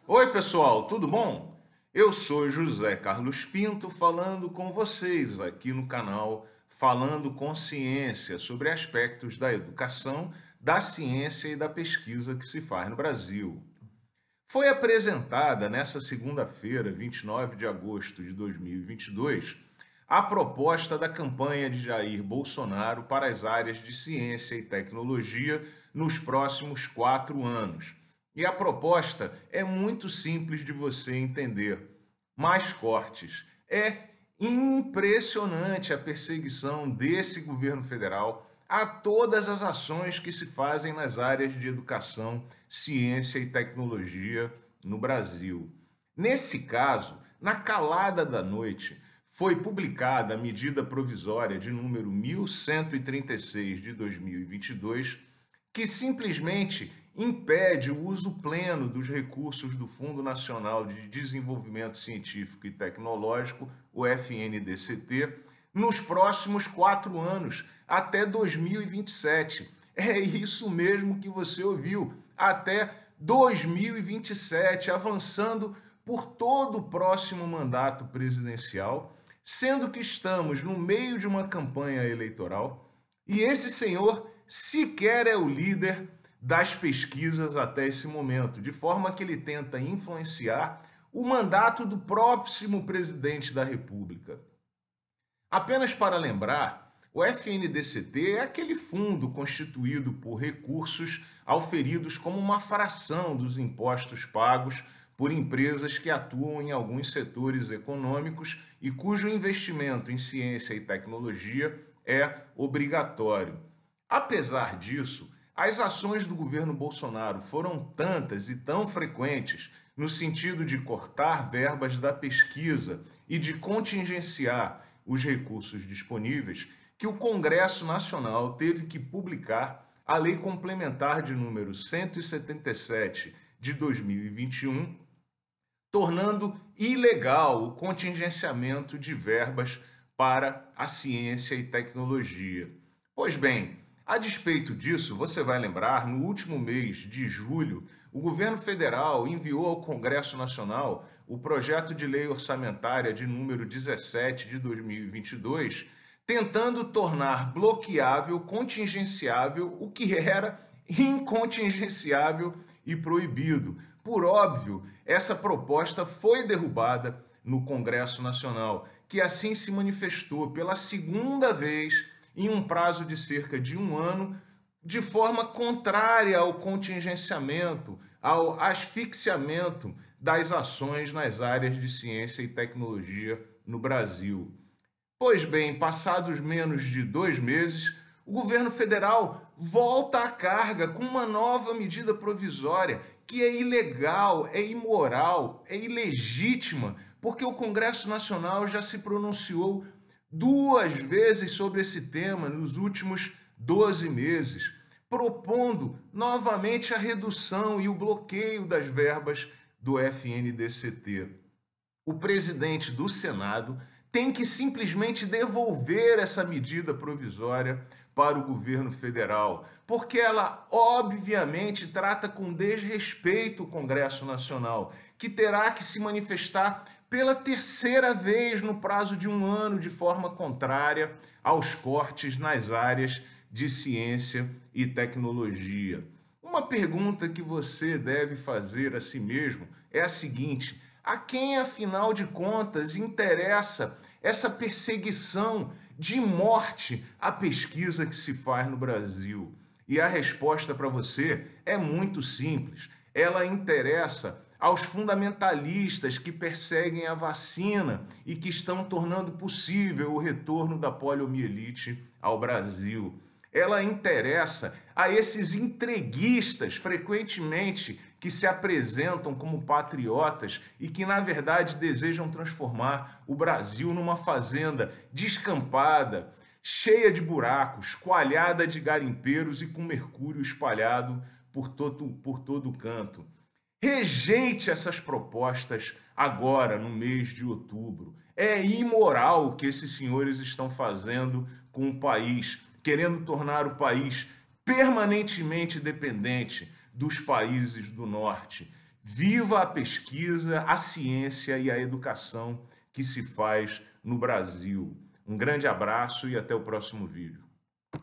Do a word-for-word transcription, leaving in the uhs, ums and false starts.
Oi, pessoal, tudo bom? Eu sou José Carlos Pinto falando com vocês aqui no canal Falando com Ciência sobre aspectos da educação, da ciência e da pesquisa que se faz no Brasil. Foi apresentada nesta segunda-feira, vinte e nove de agosto de dois mil e vinte e dois, a proposta da campanha de Jair Bolsonaro para as áreas de ciência e tecnologia nos próximos quatro anos. E a proposta é muito simples de você entender. Mais cortes. É impressionante a perseguição desse governo federal a todas as ações que se fazem nas áreas de educação, ciência e tecnologia no Brasil. Nesse caso, na calada da noite, foi publicada a medida provisória de número mil cento e trinta e seis de dois mil e vinte e dois, que simplesmente impede o uso pleno dos recursos do Fundo Nacional de Desenvolvimento Científico e Tecnológico, o F N D C T, nos próximos quatro anos, até dois mil e vinte e sete. É isso mesmo que você ouviu, até dois mil e vinte e sete, avançando por todo o próximo mandato presidencial, sendo que estamos no meio de uma campanha eleitoral e esse senhor sequer é o líder das pesquisas até esse momento, de forma que ele tenta influenciar o mandato do próximo presidente da República. Apenas para lembrar, o F N D C T é aquele fundo constituído por recursos auferidos como uma fração dos impostos pagos por empresas que atuam em alguns setores econômicos e cujo investimento em ciência e tecnologia é obrigatório. Apesar disso, as ações do governo Bolsonaro foram tantas e tão frequentes no sentido de cortar verbas da pesquisa e de contingenciar os recursos disponíveis que o Congresso Nacional teve que publicar a Lei Complementar de número cento e setenta e sete de dois mil e vinte e um, tornando ilegal o contingenciamento de verbas para a ciência e tecnologia. Pois bem, a despeito disso, você vai lembrar, no último mês de julho, o governo federal enviou ao Congresso Nacional o projeto de lei orçamentária de número dezessete de dois mil e vinte e dois, tentando tornar bloqueável, contingenciável, o que era incontingenciável e proibido. Por óbvio, essa proposta foi derrubada no Congresso Nacional, que assim se manifestou pela segunda vez em um prazo de cerca de um ano, de forma contrária ao contingenciamento, ao asfixiamento das ações nas áreas de ciência e tecnologia no Brasil. Pois bem, passados menos de dois meses, o governo federal volta à carga com uma nova medida provisória que é ilegal, é imoral, é ilegítima, porque o Congresso Nacional já se pronunciou duas vezes sobre esse tema nos últimos doze meses, propondo novamente a redução e o bloqueio das verbas do F N D C T. O presidente do Senado tem que simplesmente devolver essa medida provisória para o governo federal, porque ela obviamente trata com desrespeito o Congresso Nacional, que terá que se manifestar pela terceira vez no prazo de um ano de forma contrária aos cortes nas áreas de ciência e tecnologia. Uma pergunta que você deve fazer a si mesmo é a seguinte: a quem, afinal de contas, interessa essa perseguição de morte à pesquisa que se faz no Brasil? E a resposta para você é muito simples. Ela interessa aos fundamentalistas que perseguem a vacina e que estão tornando possível o retorno da poliomielite ao Brasil. Ela interessa a esses entreguistas, frequentemente, que se apresentam como patriotas e que, na verdade, desejam transformar o Brasil numa fazenda descampada, cheia de buracos, coalhada de garimpeiros e com mercúrio espalhado por todo, por todo canto. Rejeite essas propostas agora, no mês de outubro. É imoral o que esses senhores estão fazendo com o país, querendo tornar o país permanentemente dependente dos países do norte. Viva a pesquisa, a ciência e a educação que se faz no Brasil. Um grande abraço e até o próximo vídeo.